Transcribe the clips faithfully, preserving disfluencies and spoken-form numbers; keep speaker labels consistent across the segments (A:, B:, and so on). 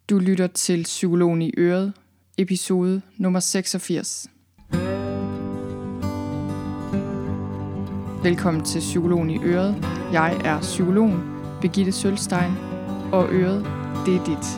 A: Du lytter til Psykologen i Øret, episode nummer seksogfirs. Velkommen til Psykologen i Øret. Jeg er psykologen Birgitte Sølstein, og Øret, det er dit.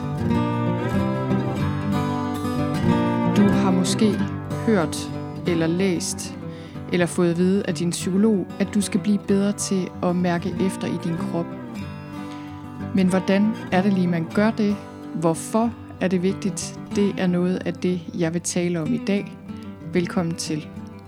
A: Du har måske hørt eller læst eller fået at vide af din psykolog, at du skal blive bedre til at mærke efter i din krop. Men hvordan er det lige, man gør det? Hvorfor er det vigtigt? Det er noget af det, jeg vil tale om i dag. Velkommen til.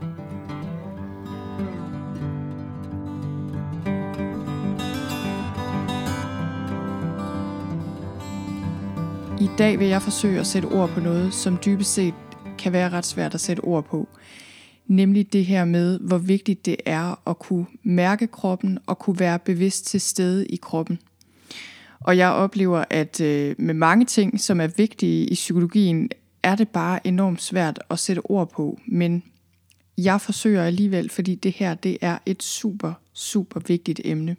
A: I dag vil jeg forsøge at sætte ord på noget, som dybest set kan være ret svært at sætte ord på. Nemlig det her med, hvor vigtigt det er at kunne mærke kroppen og kunne være bevidst til stede i kroppen. Og jeg oplever, at øh, med mange ting, som er vigtige i psykologien, er det bare enormt svært at sætte ord på. Men jeg forsøger alligevel, fordi det her det er et super, super vigtigt emne.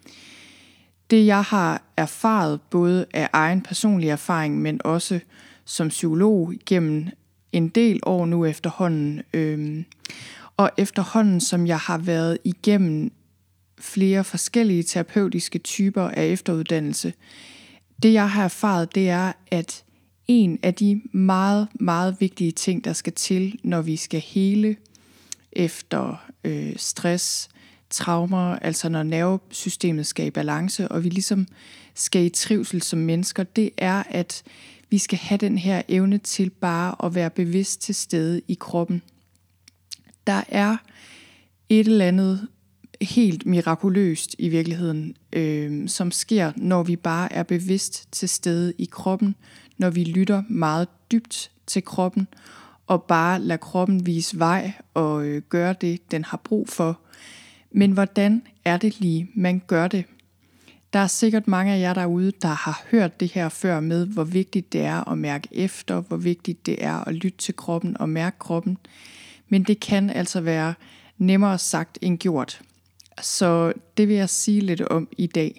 A: Det jeg har erfaret, både af egen personlig erfaring, men også som psykolog gennem en del år nu efterhånden, øh, og efterhånden som jeg har været igennem flere forskellige terapeutiske typer af efteruddannelse. Det jeg har erfaret, det er, at en af de meget, meget vigtige ting, der skal til, når vi skal hele efter øh, stress, traumer, altså når nervesystemet skal i balance, og vi ligesom skal i trivsel som mennesker, det er, at vi skal have den her evne til bare at være bevidst til stede i kroppen. Der er et eller andet helt mirakuløst i virkeligheden, øh, som sker, når vi bare er bevidst til stede i kroppen, når vi lytter meget dybt til kroppen, og bare lader kroppen vise vej og øh, gøre det, den har brug for. Men hvordan er det lige, man gør det? Der er sikkert mange af jer derude, der har hørt det her før med, hvor vigtigt det er at mærke efter, hvor vigtigt det er at lytte til kroppen og mærke kroppen. Men det kan altså være nemmere sagt end gjort. Så det vil jeg sige lidt om i dag.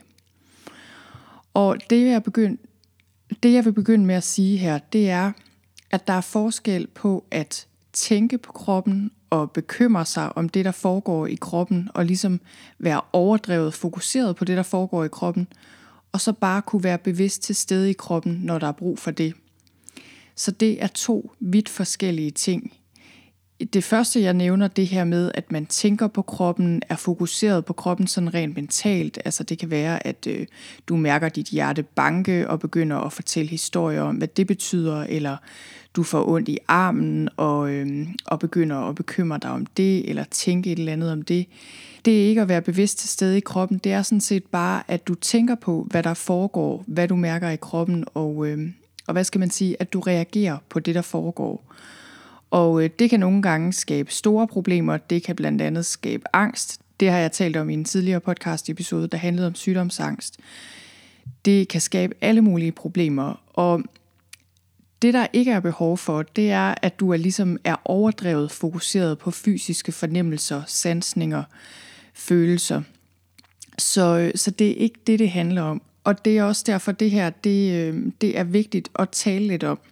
A: Og det jeg, begynde, det jeg vil begynde med at sige her, det er, at der er forskel på at tænke på kroppen og bekymre sig om det, der foregår i kroppen, og ligesom være overdrevet fokuseret på det, der foregår i kroppen, og så bare kunne være bevidst til stede i kroppen, når der er brug for det. Så det er to vidt forskellige ting. Det første, jeg nævner, det her med, at man tænker på kroppen, er fokuseret på kroppen sådan rent mentalt. Altså det kan være, at øh, du mærker dit hjerte banke og begynder at fortælle historier om, hvad det betyder, eller du får ondt i armen og, øh, og begynder at bekymre dig om det, eller tænke et eller andet om det. Det er ikke at være bevidst til stede i kroppen, det er sådan set bare, at du tænker på, hvad der foregår, hvad du mærker i kroppen, og, øh, og hvad skal man sige, at du reagerer på det, der foregår. Og det kan nogle gange skabe store problemer. Det kan blandt andet skabe angst. Det har jeg talt om i en tidligere podcast episode, der handlede om sygdomsangst. Det kan skabe alle mulige problemer. Og det der ikke er behov for, det er, at du er ligesom er overdrevet fokuseret på fysiske fornemmelser, sansninger, følelser. Så, så det er ikke det, det handler om. Og det er også derfor, det her det, det er vigtigt at tale lidt om.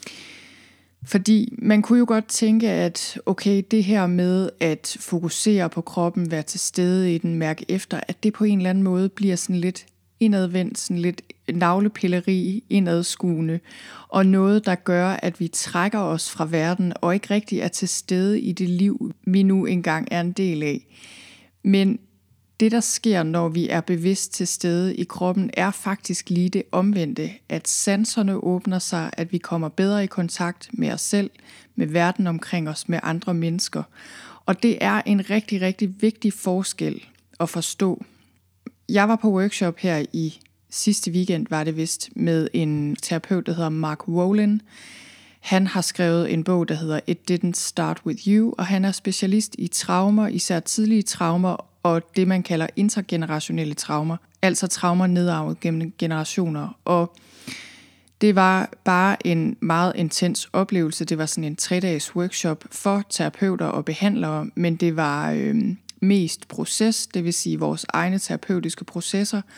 A: Fordi man kunne jo godt tænke, at okay, det her med at fokusere på kroppen, være til stede i den, mærke efter, at det på en eller anden måde bliver sådan lidt indadvendt, sådan lidt navlepilleri, indadskuende, og noget, der gør, at vi trækker os fra verden, og ikke rigtig er til stede i det liv, vi nu engang er en del af. Men det, der sker, når vi er bevidst til stede i kroppen, er faktisk lige det omvendte, at sanserne åbner sig, at vi kommer bedre i kontakt med os selv, med verden omkring os, med andre mennesker. Og det er en rigtig, rigtig vigtig forskel at forstå. Jeg var på workshop her i sidste weekend, var det vist, med en terapeut, der hedder Mark Wolin. Han har skrevet en bog, der hedder It Didn't Start With You, og han er specialist i traumer, især tidlige traumer, og det man kalder intergenerationelle traumer, altså traumer nedarvet gennem generationer. Og det var bare en meget intens oplevelse. Det var sådan en tre-dages workshop for terapeuter og behandlere, men det var øh, mest proces, det vil sige vores egne terapeutiske processer,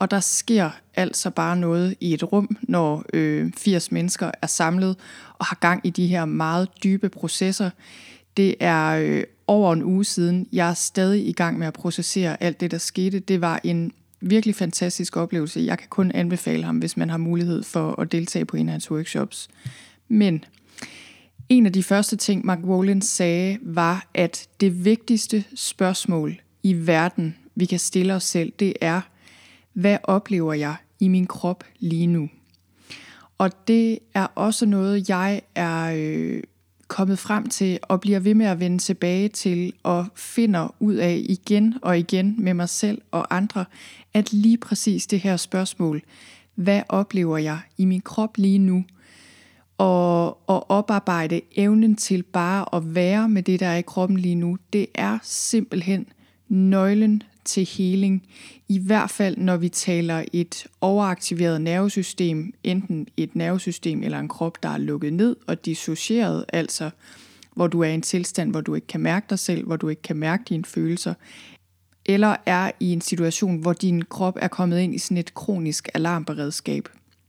A: Og der sker altså bare noget i et rum, når øh, firs mennesker er samlet og har gang i de her meget dybe processer. Det er øh, over en uge siden. Jeg er stadig i gang med at processere alt det, der skete. Det var en virkelig fantastisk oplevelse. Jeg kan kun anbefale ham, hvis man har mulighed for at deltage på en af hans workshops. Men en af de første ting, Mark Wolynn sagde, var, at det vigtigste spørgsmål i verden, vi kan stille os selv, det er, hvad oplever jeg i min krop lige nu? Og det er også noget, jeg er øh, kommet frem til og bliver ved med at vende tilbage til og finder ud af igen og igen med mig selv og andre, at lige præcis det her spørgsmål, hvad oplever jeg i min krop lige nu? Og, og oparbejde evnen til bare at være med det, der er i kroppen lige nu, det er simpelthen nøglen til healing. I hvert fald, når vi taler et overaktiveret nervesystem, enten et nervesystem eller en krop, der er lukket ned og dissocieret, altså hvor du er i en tilstand, hvor du ikke kan mærke dig selv, hvor du ikke kan mærke dine følelser, eller er i en situation, hvor din krop er kommet ind i sådan et kronisk alarmberedskab.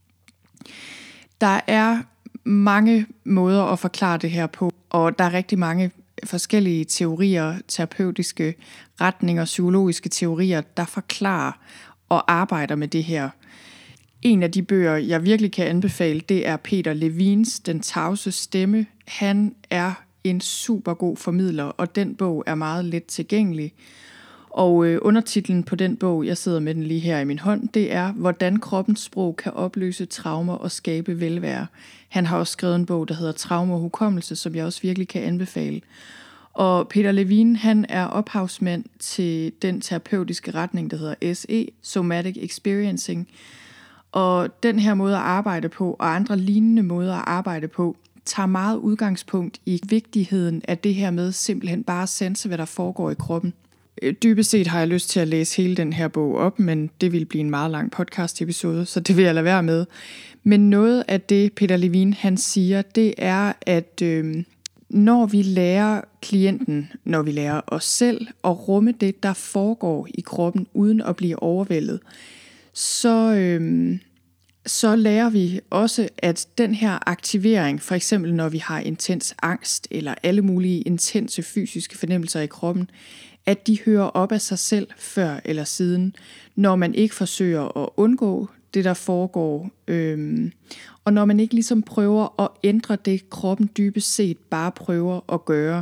A: Der er mange måder at forklare det her på, og der er rigtig mange forskellige teorier, terapeutiske retninger, psykologiske teorier, der forklarer og arbejder med det her. En af de bøger, jeg virkelig kan anbefale, det er Peter Levines Den tavse stemme. Han er en super god formidler, og den bog er meget let tilgængelig. Og øh, undertitlen på den bog, jeg sidder med den lige her i min hånd, det er, hvordan kroppens sprog kan opløse traumer og skabe velvære. Han har også skrevet en bog, der hedder Trauma og hukommelse, som jeg også virkelig kan anbefale. Og Peter Levine, han er ophavsmand til den terapeutiske retning, der hedder S E, Somatic Experiencing. Og den her måde at arbejde på, og andre lignende måder at arbejde på, tager meget udgangspunkt i vigtigheden af det her med simpelthen bare at sanse, hvad der foregår i kroppen. Dybest set har jeg lyst til at læse hele den her bog op, men det vil blive en meget lang podcast episode, så det vil jeg lade være med. Men noget af det, Peter Levine han siger, det er, at øh, når vi lærer klienten, når vi lærer os selv at rumme det, der foregår i kroppen, uden at blive overvældet, så, øh, så lærer vi også, at den her aktivering, for eksempel når vi har intens angst, eller alle mulige intense fysiske fornemmelser i kroppen, at de hører op af sig selv før eller siden, når man ikke forsøger at undgå det, der foregår, øhm, og når man ikke ligesom prøver at ændre det, kroppen dybest set bare prøver at gøre.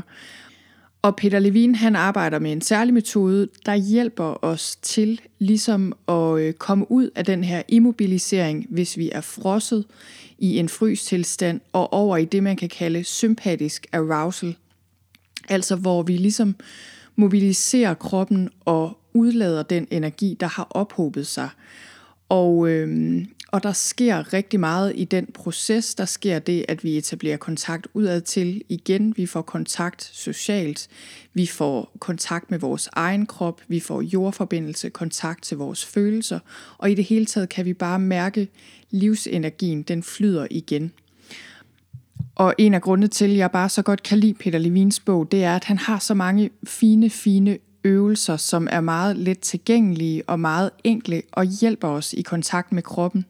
A: Og Peter Levine, han arbejder med en særlig metode, der hjælper os til ligesom at øh, komme ud af den her immobilisering, hvis vi er frosset i en frystilstand, og over i det, man kan kalde sympatisk arousal. Altså hvor vi ligesom mobiliserer kroppen og udlader den energi, der har ophobet sig. Og, øhm, og der sker rigtig meget i den proces. Der sker det, at vi etablerer kontakt udad til igen. Vi får kontakt socialt. Vi får kontakt med vores egen krop. Vi får jordforbindelse, kontakt til vores følelser. Og i det hele taget kan vi bare mærke livsenergien, den flyder igen. Og en af grundene til, at jeg bare så godt kan lide Peter Levines bog, det er, at han har så mange fine, fine øvelser, som er meget let tilgængelige og meget enkle og hjælper os i kontakt med kroppen.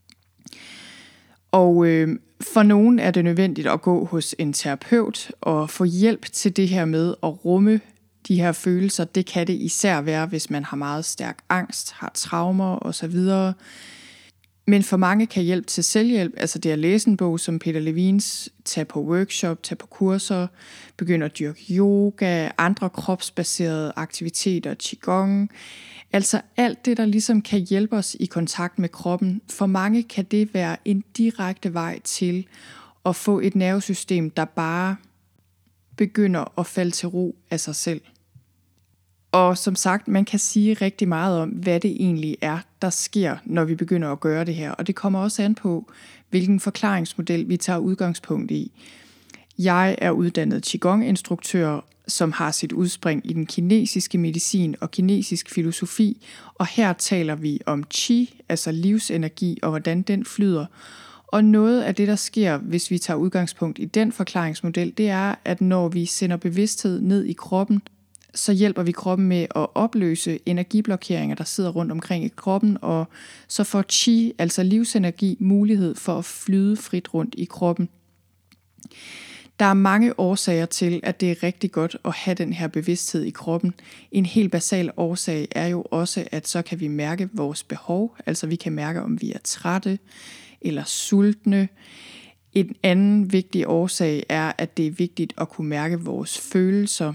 A: Og øh, for nogen er det nødvendigt at gå hos en terapeut og få hjælp til det her med at rumme de her følelser. Det kan det især være, hvis man har meget stærk angst, har traumer osv. Men for mange kan hjælp til selvhjælp, altså det at læse en bog som Peter Levines, tage på workshop, tage på kurser, begynde at dyrke yoga, andre kropsbaserede aktiviteter, qigong. Altså alt det, der ligesom kan hjælpe os i kontakt med kroppen. For mange kan det være en direkte vej til at få et nervesystem, der bare begynder at falde til ro af sig selv. Og som sagt, man kan sige rigtig meget om, hvad det egentlig er, der sker, når vi begynder at gøre det her. Og det kommer også an på, hvilken forklaringsmodel vi tager udgangspunkt i. Jeg er uddannet Qigong-instruktør, som har sit udspring i den kinesiske medicin og kinesisk filosofi. Og her taler vi om Qi, altså livsenergi, og hvordan den flyder. Og noget af det, der sker, hvis vi tager udgangspunkt i den forklaringsmodel, det er, at når vi sender bevidsthed ned i kroppen, så hjælper vi kroppen med at opløse energiblokeringer, der sidder rundt omkring i kroppen, og så får chi, altså livsenergi, mulighed for at flyde frit rundt i kroppen. Der er mange årsager til, at det er rigtig godt at have den her bevidsthed i kroppen. En helt basal årsag er jo også, at så kan vi mærke vores behov, altså vi kan mærke, om vi er trætte eller sultne. En anden vigtig årsag er, at det er vigtigt at kunne mærke vores følelser.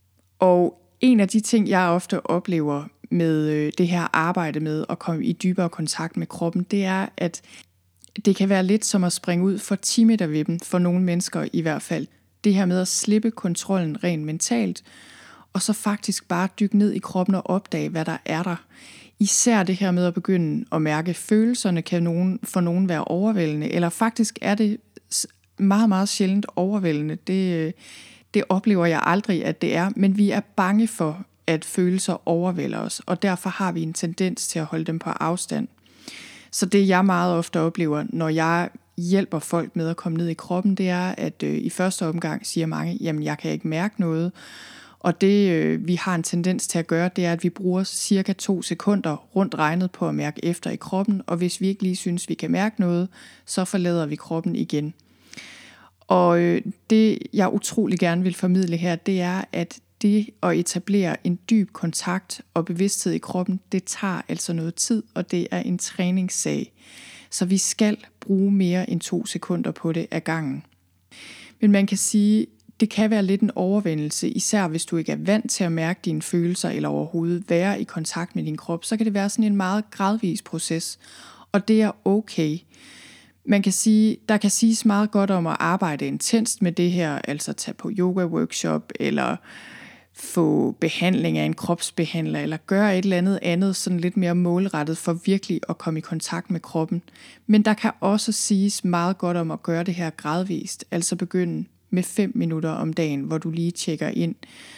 A: Og en af de ting, jeg ofte oplever med det her arbejde med at komme i dybere kontakt med kroppen, det er, at det kan være lidt som at springe ud for ti meter vippen, for nogle mennesker i hvert fald. Det her med at slippe kontrollen rent mentalt, og så faktisk bare dykke ned i kroppen og opdage, hvad der er der. Især det her med at begynde at mærke følelserne, kan nogen, for nogen være overvældende, eller faktisk er det meget, meget sjældent overvældende. Det, det oplever jeg aldrig, at det er, men vi er bange for, at følelser overvælder os, og derfor har vi en tendens til at holde dem på afstand. Så det jeg meget ofte oplever, når jeg hjælper folk med at komme ned i kroppen, det er, at øh, i første omgang siger mange, jamen jeg kan ikke mærke noget. Og det øh, vi har en tendens til at gøre, det er, at vi bruger cirka to sekunder rundt regnet på at mærke efter i kroppen. Og hvis vi ikke lige synes, vi kan mærke noget, så forlader vi kroppen igen. Og øh, det jeg utrolig gerne vil formidle her, det er, at det at etablere en dyb kontakt og bevidsthed i kroppen, det tager altså noget tid, og det er en træningssag. Så vi skal bruge mere end to sekunder på det ad gangen. Men man kan sige, det kan være lidt en overvindelse, især hvis du ikke er vant til at mærke dine følelser eller overhovedet være i kontakt med din krop, så kan det være sådan en meget gradvis proces, og det er okay. Man kan sige, der kan siges meget godt om at arbejde intenst med det her, altså tage på yoga-workshop eller få behandling af en kropsbehandler, eller gøre et eller andet andet sådan lidt mere målrettet for virkelig at komme i kontakt med kroppen. Men der kan også siges meget godt om at gøre det her gradvist, altså begynde med fem minutter om dagen, hvor du lige tjekker ind,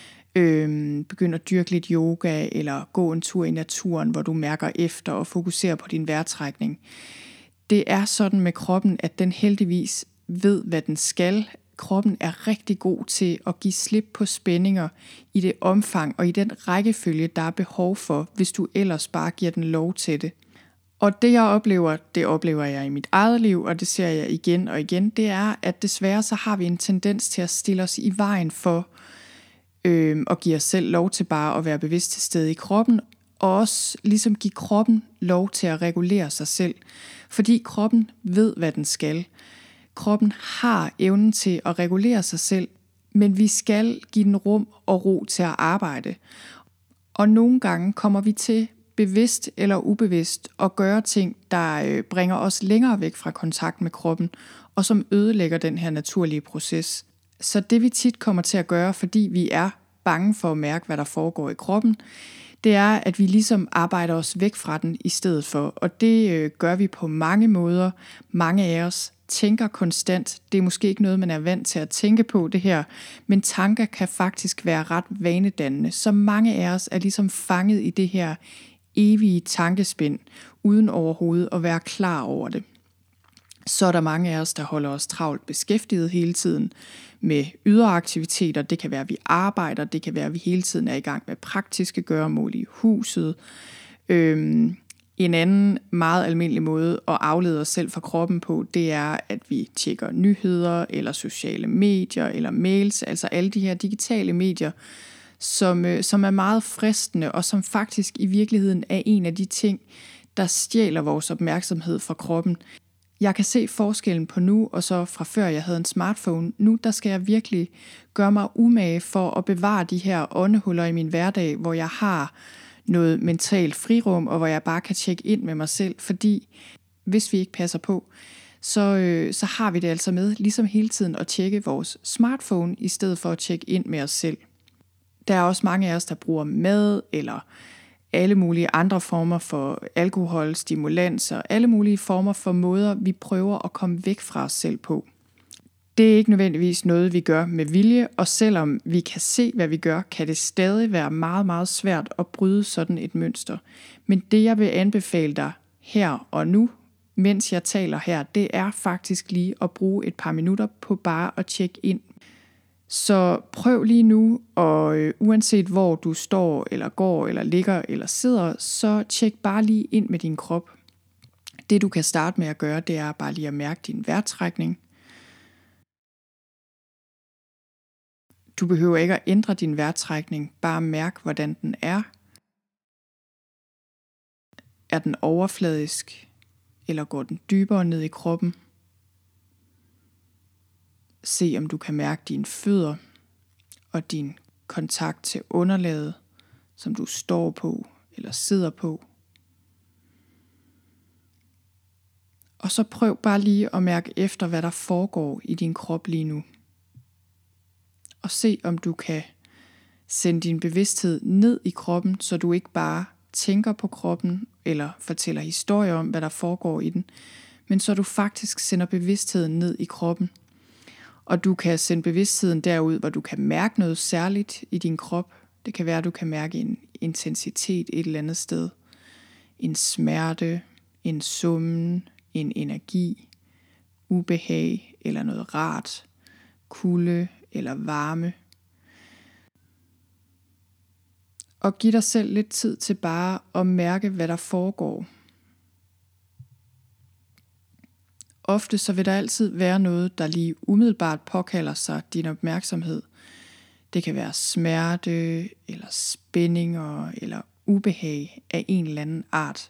A: øhm, begynder at dyrke lidt yoga, eller gå en tur i naturen, hvor du mærker efter og fokuserer på din vejrtrækning. Det er sådan med kroppen, at den heldigvis ved, hvad den skal. Kroppen er rigtig god til at give slip på spændinger i det omfang og i den rækkefølge, der er behov for, hvis du ellers bare giver den lov til det. Og det jeg oplever, det oplever jeg i mit eget liv, og det ser jeg igen og igen, det er, at desværre så har vi en tendens til at stille os i vejen for øh, at give os selv lov til bare at være bevidst til stede i kroppen, og også ligesom give kroppen lov til at regulere sig selv, fordi kroppen ved, hvad den skal. Kroppen har evnen til at regulere sig selv, men vi skal give den rum og ro til at arbejde. Og nogle gange kommer vi til, bevidst eller ubevidst, at gøre ting, der bringer os længere væk fra kontakt med kroppen, og som ødelægger den her naturlige proces. Så det vi tit kommer til at gøre, fordi vi er bange for at mærke, hvad der foregår i kroppen, det er, at vi ligesom arbejder os væk fra den i stedet for. Og det øh, gør vi på mange måder. Mange af os tænker konstant. Det er måske ikke noget, man er vant til at tænke på det her. Men tanker kan faktisk være ret vanedannende. Så mange af os er ligesom fanget i det her evige tankespind, uden overhovedet at være klar over det. Så er der mange af os, der holder os travlt beskæftiget hele tiden med ydre aktiviteter. Det kan være, at vi arbejder. Det kan være, at vi hele tiden er i gang med praktiske gøremål i huset. Øhm, en anden meget almindelig måde at aflede os selv fra kroppen på, det er, at vi tjekker nyheder eller sociale medier eller mails. Altså alle de her digitale medier, som, øh, som er meget fristende og som faktisk i virkeligheden er en af de ting, der stjæler vores opmærksomhed fra kroppen. Jeg kan se forskellen på nu, og så fra før jeg havde en smartphone. Nu der skal jeg virkelig gøre mig umage for at bevare de her åndehuller i min hverdag, hvor jeg har noget mentalt frirum, og hvor jeg bare kan tjekke ind med mig selv. Fordi hvis vi ikke passer på, så, øh, så har vi det altså med ligesom hele tiden at tjekke vores smartphone, i stedet for at tjekke ind med os selv. Der er også mange af os, der bruger mad eller alle mulige andre former for alkohol, stimulanser, alle mulige former for måder, vi prøver at komme væk fra os selv på. Det er ikke nødvendigvis noget, vi gør med vilje, og selvom vi kan se, hvad vi gør, kan det stadig være meget, meget svært at bryde sådan et mønster. Men det, jeg vil anbefale dig her og nu, mens jeg taler her, det er faktisk lige at bruge et par minutter på bare at tjekke ind Så prøv lige nu, og øh, uanset hvor du står, eller går, eller ligger, eller sidder, så tjek bare lige ind med din krop. Det du kan starte med at gøre, det er bare lige at mærke din vejrtrækning. Du behøver ikke at ændre din vejrtrækning, bare mærk, hvordan den er. Er den overfladisk, eller går den dybere ned i kroppen? Se om du kan mærke dine fødder og din kontakt til underlaget, som du står på eller sidder på. Og så prøv bare lige at mærke efter, hvad der foregår i din krop lige nu. Og se om du kan sende din bevidsthed ned i kroppen, så du ikke bare tænker på kroppen eller fortæller historier om, hvad der foregår i den, men så du faktisk sender bevidstheden ned i kroppen. Og du kan sende bevidstheden derud, hvor du kan mærke noget særligt i din krop. Det kan være, at du kan mærke en intensitet et eller andet sted. En smerte, en summen, en energi, ubehag eller noget rart, kulde eller varme. Og giv dig selv lidt tid til bare at mærke, hvad der foregår. Ofte så vil der altid være noget, der lige umiddelbart påkalder sig din opmærksomhed. Det kan være smerte, eller spændinger, eller ubehag af en eller anden art.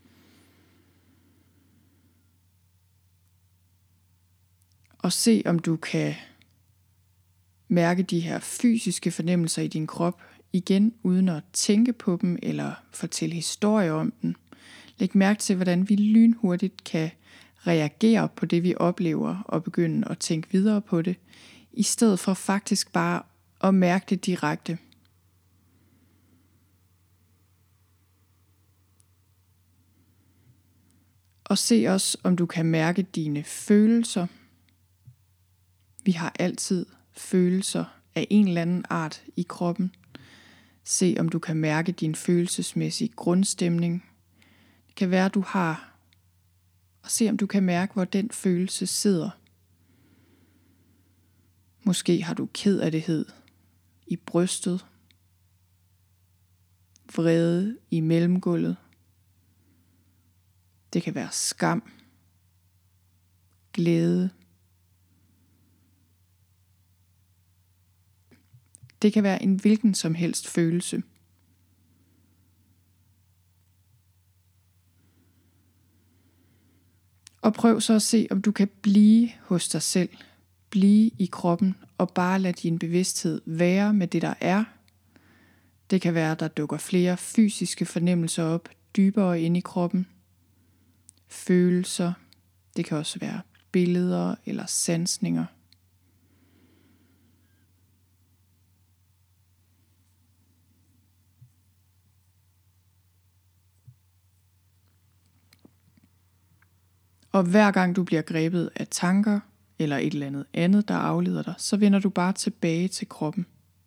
A: Og se om du kan mærke de her fysiske fornemmelser i din krop, igen uden at tænke på dem, eller fortælle historier om dem. Læg mærke til, hvordan vi lynhurtigt kan reagere på det, vi oplever, og begynde at tænke videre på det, i stedet for faktisk bare at mærke det direkte. Og se også, om du kan mærke dine følelser. Vi har altid følelser af en eller anden art i kroppen. Se, om du kan mærke din følelsesmæssige grundstemning. Det kan være, du har og se om du kan mærke, hvor den følelse sidder. Måske har du kederlighed i brystet, vrede i mellemgulvet. Det kan være skam, glæde. Det kan være en hvilken som helst følelse. Og prøv så at se, om du kan blive hos dig selv, blive i kroppen og bare lade din bevidsthed være med det, der er. Det kan være, at der dukker flere fysiske fornemmelser op dybere inde i kroppen. Følelser. Det kan også være billeder eller sansninger. Og hver gang du bliver grebet af tanker eller et eller andet andet, der afleder dig, så vender du bare tilbage til kroppen.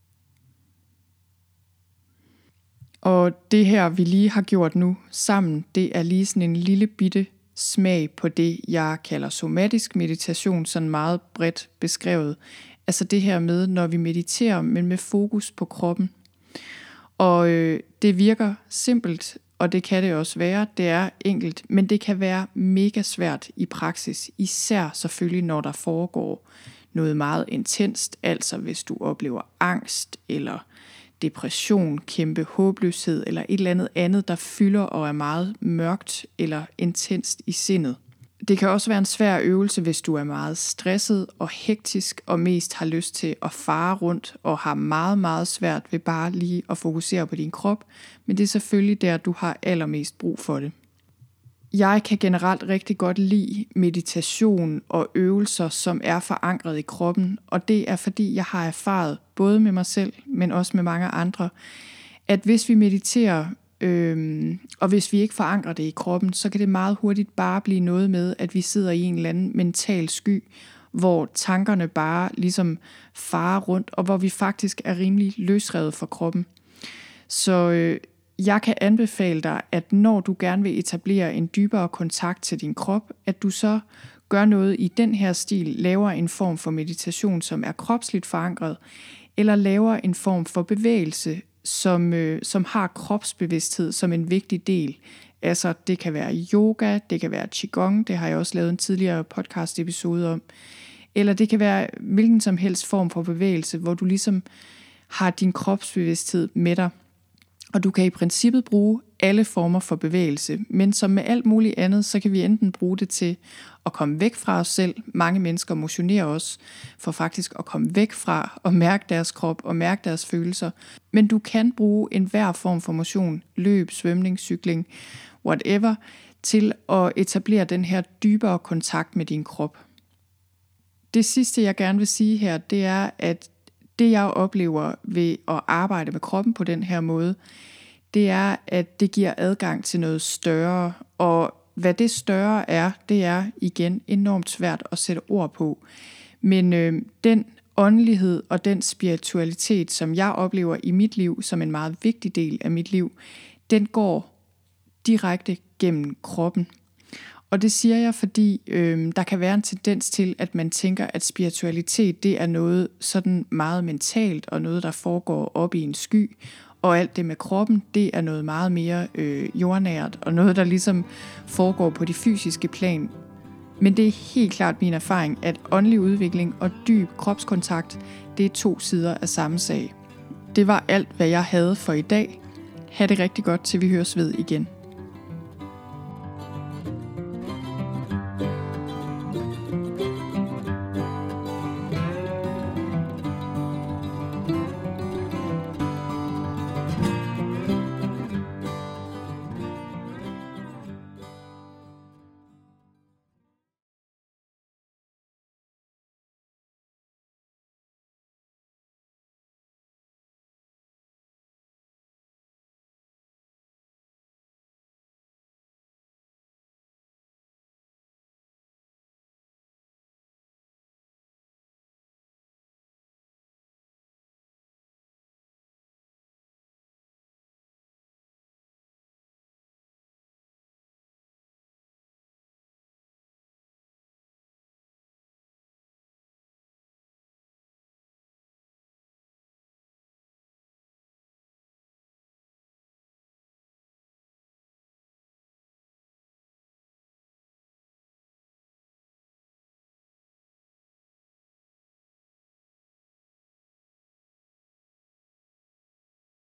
A: Og det her, vi lige har gjort nu sammen, det er lige sådan en lille bitte smag på det, jeg kalder somatisk meditation, sådan meget bredt beskrevet. Altså det her med, når vi mediterer, men med fokus på kroppen. Og øh, det virker simpelt, og det kan det også være. Det er enkelt, men det kan være mega svært i praksis. Især selvfølgelig, når der foregår noget meget intenst. Altså hvis du oplever angst, eller depression, kæmpe håbløshed, eller et eller andet andet, der fylder og er meget mørkt eller intenst i sindet. Det kan også være en svær øvelse, hvis du er meget stresset og hektisk, og mest har lyst til at fare rundt, og har meget, meget svært ved bare lige at fokusere på din krop. Men det er selvfølgelig der, du har allermest brug for det. Jeg kan generelt rigtig godt lide meditation og øvelser, som er forankret i kroppen, og det er fordi, jeg har erfaret, både med mig selv, men også med mange andre, at hvis vi mediterer, øhm, og hvis vi ikke forankrer det i kroppen, så kan det meget hurtigt bare blive noget med, at vi sidder i en eller anden mental sky, hvor tankerne bare ligesom farer rundt, og hvor vi faktisk er rimelig løsrevet fra kroppen. Så øh, jeg kan anbefale dig, at når du gerne vil etablere en dybere kontakt til din krop, at du så gør noget i den her stil, laver en form for meditation, som er kropsligt forankret, eller laver en form for bevægelse, som, øh, som har kropsbevidsthed som en vigtig del. Altså det kan være yoga, det kan være qigong, det har jeg også lavet en tidligere podcast episode om. Eller det kan være hvilken som helst form for bevægelse, hvor du ligesom har din kropsbevidsthed med dig. Og du kan i princippet bruge alle former for bevægelse, men som med alt muligt andet, så kan vi enten bruge det til at komme væk fra os selv. Mange mennesker motionerer også for faktisk at komme væk fra og mærke deres krop og mærke deres følelser. Men du kan bruge enhver form for motion, løb, svømning, cykling, whatever, til at etablere den her dybere kontakt med din krop. Det sidste, jeg gerne vil sige her, det er, at det jeg oplever ved at arbejde med kroppen på den her måde, det er, at det giver adgang til noget større. Og hvad det større er, det er igen enormt svært at sætte ord på. Men øh, den åndelighed og den spiritualitet, som jeg oplever i mit liv, som en meget vigtig del af mit liv, den går direkte gennem kroppen. Og det siger jeg, fordi øh, der kan være en tendens til, at man tænker, at spiritualitet, det er noget sådan meget mentalt, og noget, der foregår op i en sky. Og alt det med kroppen, det er noget meget mere øh, jordnært, og noget, der ligesom foregår på de fysiske plan. Men det er helt klart min erfaring, at åndelig udvikling og dyb kropskontakt, det er to sider af samme sag. Det var alt, hvad jeg havde for i dag. Ha' det rigtig godt, til vi høres ved igen.